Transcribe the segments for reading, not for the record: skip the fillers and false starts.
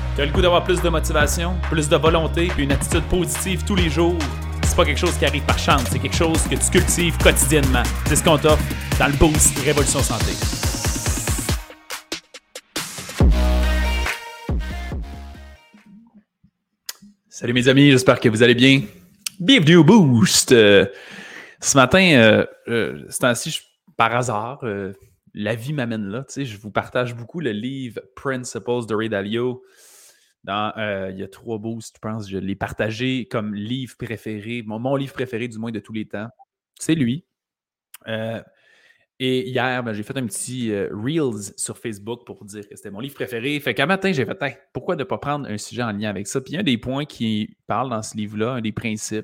Tu as le goût d'avoir plus de motivation, plus de volonté, puis une attitude positive tous les jours. C'est pas quelque chose qui arrive par chance, c'est quelque chose que tu cultives quotidiennement. C'est ce qu'on t'offre dans le Boost Révolution Santé. Salut mes amis, j'espère que vous allez bien. Bienvenue au Boost. Ce matin, ce temps-ci, par hasard, la vie m'amène là. Tu sais, je vous partage beaucoup le livre Principles de Ray Dalio. Il y a 3 boosts, je pense. Je l'ai partagé comme livre préféré, mon livre préféré du moins de tous les temps. C'est lui. Et hier, j'ai fait un petit Reels sur Facebook pour dire que c'était mon livre préféré. Fait qu'un matin, j'ai fait pourquoi ne pas prendre un sujet en lien avec ça? Puis un des points qui parle dans ce livre-là, un des principes,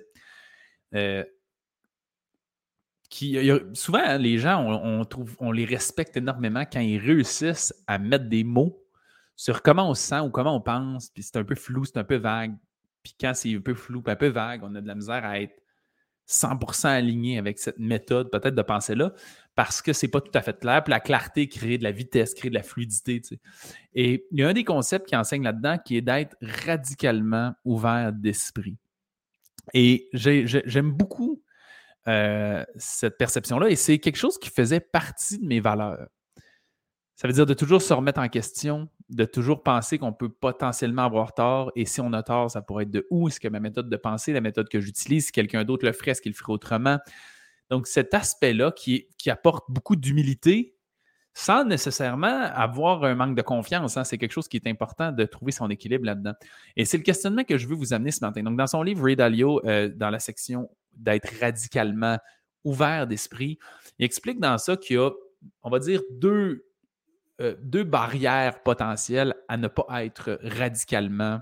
souvent, hein, les gens, on les respecte énormément quand ils réussissent à mettre des mots sur comment on se sent ou comment on pense, puis c'est un peu flou, c'est un peu vague. Puis quand c'est un peu flou, un peu vague, on a de la misère à être 100% aligné avec cette méthode peut-être de pensée-là, parce que c'est pas tout à fait clair. Puis la clarté crée de la vitesse, crée de la fluidité. Tu sais. Et il y a un des concepts qui enseigne là-dedans qui est d'être radicalement ouvert d'esprit. Et j'aime beaucoup cette perception-là, et c'est quelque chose qui faisait partie de mes valeurs. Ça veut dire de toujours se remettre en question, de toujours penser qu'on peut potentiellement avoir tort, et si on a tort, ça pourrait être de où est-ce que ma méthode de pensée, la méthode que j'utilise, si quelqu'un d'autre le ferait, est-ce qu'il le ferait autrement? Donc, cet aspect-là qui apporte beaucoup d'humilité, sans nécessairement avoir un manque de confiance. Hein. C'est quelque chose qui est important de trouver son équilibre là-dedans. Et c'est le questionnement que je veux vous amener ce matin. Donc, dans son livre, Ray Dalio, dans la section d'être radicalement ouvert d'esprit, il explique dans ça qu'il y a, on va dire, deux barrières potentielles à ne pas être radicalement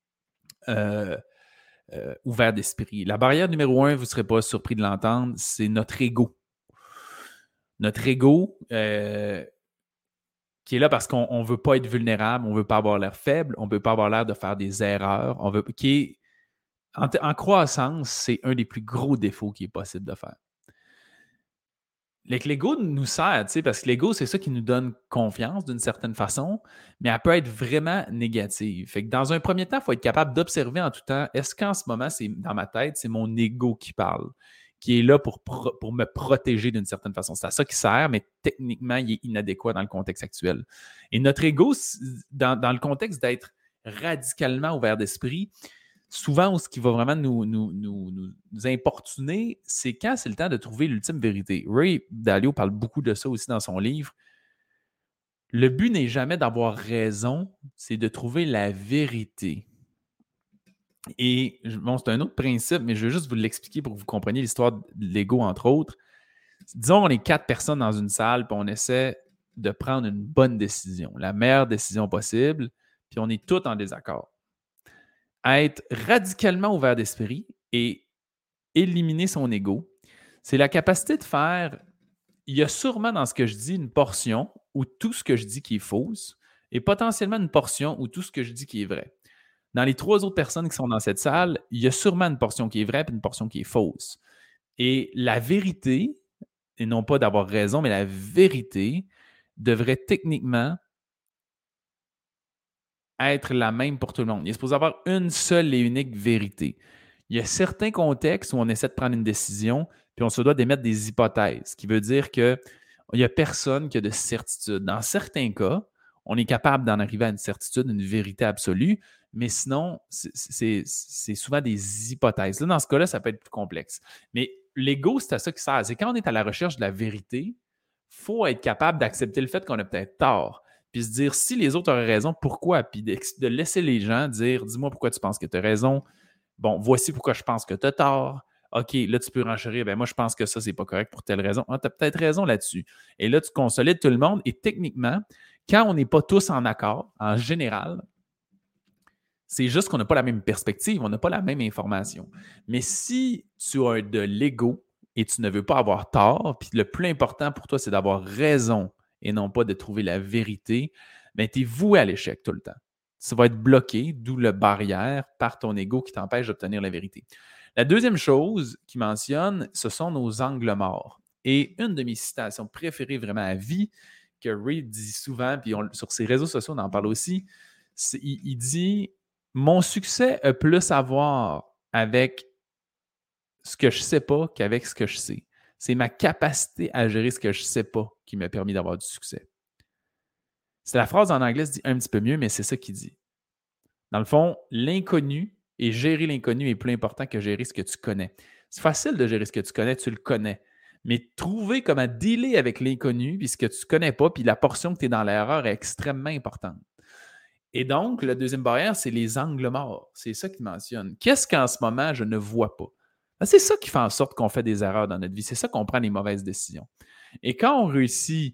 ouvert d'esprit. La barrière numéro 1, vous ne serez pas surpris de l'entendre, c'est notre ego. Notre ego qui est là parce qu'on ne veut pas être vulnérable, on ne veut pas avoir l'air faible, on ne veut pas avoir l'air de faire des erreurs, qui est en croissance, c'est un des plus gros défauts qui est possible de faire. L'ego nous sert, parce que l'ego, c'est ça qui nous donne confiance d'une certaine façon, mais elle peut être vraiment négative. Fait que dans un premier temps, il faut être capable d'observer en tout temps, est-ce qu'en ce moment, c'est dans ma tête, c'est mon ego qui parle, qui est là pour me protéger d'une certaine façon. C'est à ça qu'il sert, mais techniquement, il est inadéquat dans le contexte actuel. Et notre ego, dans le contexte d'être radicalement ouvert d'esprit, souvent, ce qui va vraiment nous importuner, c'est quand c'est le temps de trouver l'ultime vérité. Ray Dalio parle beaucoup de ça aussi dans son livre. Le but n'est jamais d'avoir raison, c'est de trouver la vérité. Et bon, c'est un autre principe, mais je vais juste vous l'expliquer pour que vous compreniez l'histoire de l'ego, entre autres. Disons, on est 4 personnes dans une salle, puis on essaie de prendre une bonne décision, la meilleure décision possible, puis on est tous en désaccord. Être radicalement ouvert d'esprit et éliminer son ego, c'est la capacité de faire, il y a sûrement dans ce que je dis une portion où tout ce que je dis qui est fausse et potentiellement une portion où tout ce que je dis qui est vrai. Dans les 3 autres personnes qui sont dans cette salle, il y a sûrement une portion qui est vraie et une portion qui est fausse. Et la vérité, et non pas d'avoir raison, mais la vérité devrait techniquement être la même pour tout le monde. Il est supposé avoir une seule et unique vérité. Il y a certains contextes où on essaie de prendre une décision, puis on se doit d'émettre des hypothèses, ce qui veut dire qu'il n'y a personne qui a de certitude. Dans certains cas, on est capable d'en arriver à une certitude, une vérité absolue, mais sinon, c'est souvent des hypothèses. Là, dans ce cas-là, ça peut être plus complexe. Mais l'ego, c'est à ça qui sert. C'est quand on est à la recherche de la vérité, il faut être capable d'accepter le fait qu'on a peut-être tort. Puis se dire, si les autres auraient raison, pourquoi? Puis de laisser les gens dire, dis-moi pourquoi tu penses que tu as raison. Bon, voici pourquoi je pense que tu as tort. OK, là, tu peux renchérir. Ben moi, je pense que ça, c'est pas correct pour telle raison. Ah, tu as peut-être raison là-dessus. Et là, tu consolides tout le monde. Et techniquement, quand on n'est pas tous en accord, en général, c'est juste qu'on n'a pas la même perspective, on n'a pas la même information. Mais si tu as de l'ego et tu ne veux pas avoir tort, puis le plus important pour toi, c'est d'avoir raison et non pas de trouver la vérité, bien, tu es voué à l'échec tout le temps. Tu vas être bloqué, d'où la barrière par ton ego qui t'empêche d'obtenir la vérité. La deuxième chose qu'il mentionne, ce sont nos angles morts. Et une de mes citations préférées vraiment à vie, que Ray dit souvent, puis sur ses réseaux sociaux, on en parle aussi, Il dit « Mon succès a plus à voir avec ce que je ne sais pas qu'avec ce que je sais. C'est ma capacité à gérer ce que je ne sais pas qui m'a permis d'avoir du succès. » C'est la phrase en anglais se dit un petit peu mieux, mais c'est ça qu'il dit. Dans le fond, l'inconnu et gérer l'inconnu est plus important que gérer ce que tu connais. C'est facile de gérer ce que tu le connais. Mais trouver comment dealer avec l'inconnu, puis ce que tu ne connais pas, puis la portion que tu es dans l'erreur est extrêmement importante. Et donc, la deuxième barrière, c'est les angles morts. C'est ça qu'il mentionne. Qu'est-ce qu'en ce moment, je ne vois pas? C'est ça qui fait en sorte qu'on fait des erreurs dans notre vie. C'est ça qu'on prend les mauvaises décisions. Et quand on réussit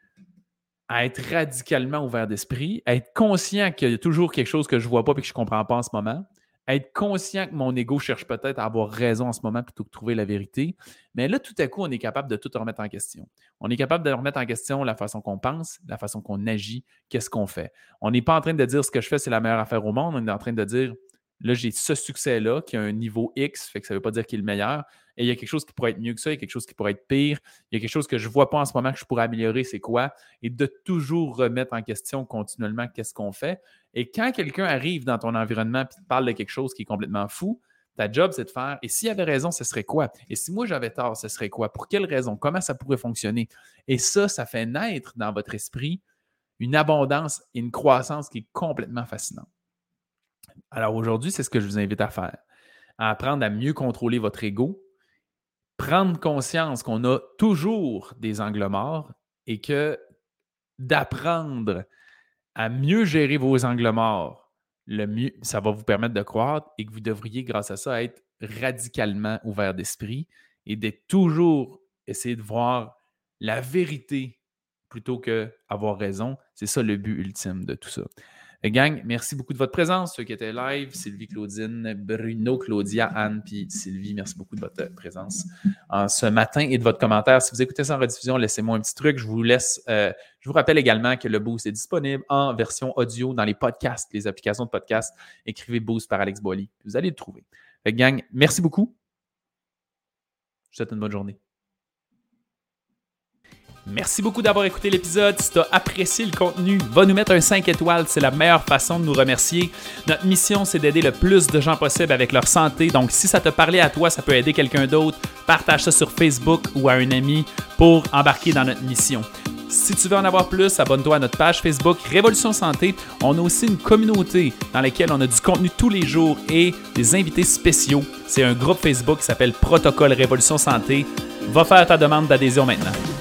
à être radicalement ouvert d'esprit, à être conscient qu'il y a toujours quelque chose que je ne vois pas et que je ne comprends pas en ce moment, à être conscient que mon ego cherche peut-être à avoir raison en ce moment plutôt que de trouver la vérité, mais là, tout à coup, on est capable de tout remettre en question. On est capable de remettre en question la façon qu'on pense, la façon qu'on agit, qu'est-ce qu'on fait. On n'est pas en train de dire ce que je fais, c'est la meilleure affaire au monde. On est en train de dire, là, j'ai ce succès-là qui a un niveau X, fait que ça ne veut pas dire qu'il est le meilleur. Et il y a quelque chose qui pourrait être mieux que ça, il y a quelque chose qui pourrait être pire, il y a quelque chose que je ne vois pas en ce moment que je pourrais améliorer, c'est quoi? Et de toujours remettre en question continuellement qu'est-ce qu'on fait. Et quand quelqu'un arrive dans ton environnement et te parle de quelque chose qui est complètement fou, ta job, c'est de faire « et s'il avait raison, ce serait quoi? Et si moi j'avais tort, ce serait quoi? Pour quelle raison? Comment ça pourrait fonctionner? » Et ça fait naître dans votre esprit une abondance et une croissance qui est complètement fascinante. Alors aujourd'hui, c'est ce que je vous invite à faire. À apprendre à mieux contrôler votre ego, prendre conscience qu'on a toujours des angles morts et que d'apprendre à mieux gérer vos angles morts, le mieux, ça va vous permettre de croître et que vous devriez, grâce à ça, être radicalement ouvert d'esprit et d'être toujours essayer de voir la vérité plutôt qu'avoir raison. C'est ça le but ultime de tout ça. Gang, merci beaucoup de votre présence. Ceux qui étaient live, Sylvie, Claudine, Bruno, Claudia, Anne, puis Sylvie, merci beaucoup de votre présence ce matin et de votre commentaire. Si vous écoutez ça en rediffusion, laissez-moi un petit truc. Je vous rappelle également que le Boost est disponible en version audio dans les podcasts, les applications de podcasts. Écrivez Boost par Alex Boily. Vous allez le trouver. Gang, merci beaucoup. Je vous souhaite une bonne journée. Merci beaucoup d'avoir écouté l'épisode. Si tu as apprécié le contenu, va nous mettre un 5 étoiles. C'est la meilleure façon de nous remercier. Notre mission, c'est d'aider le plus de gens possible avec leur santé. Donc, si ça t'a parlé à toi, ça peut aider quelqu'un d'autre. Partage ça sur Facebook ou à un ami pour embarquer dans notre mission. Si tu veux en avoir plus, abonne-toi à notre page Facebook Révolution Santé. On a aussi une communauté dans laquelle on a du contenu tous les jours et des invités spéciaux. C'est un groupe Facebook qui s'appelle Protocole Révolution Santé. Va faire ta demande d'adhésion maintenant.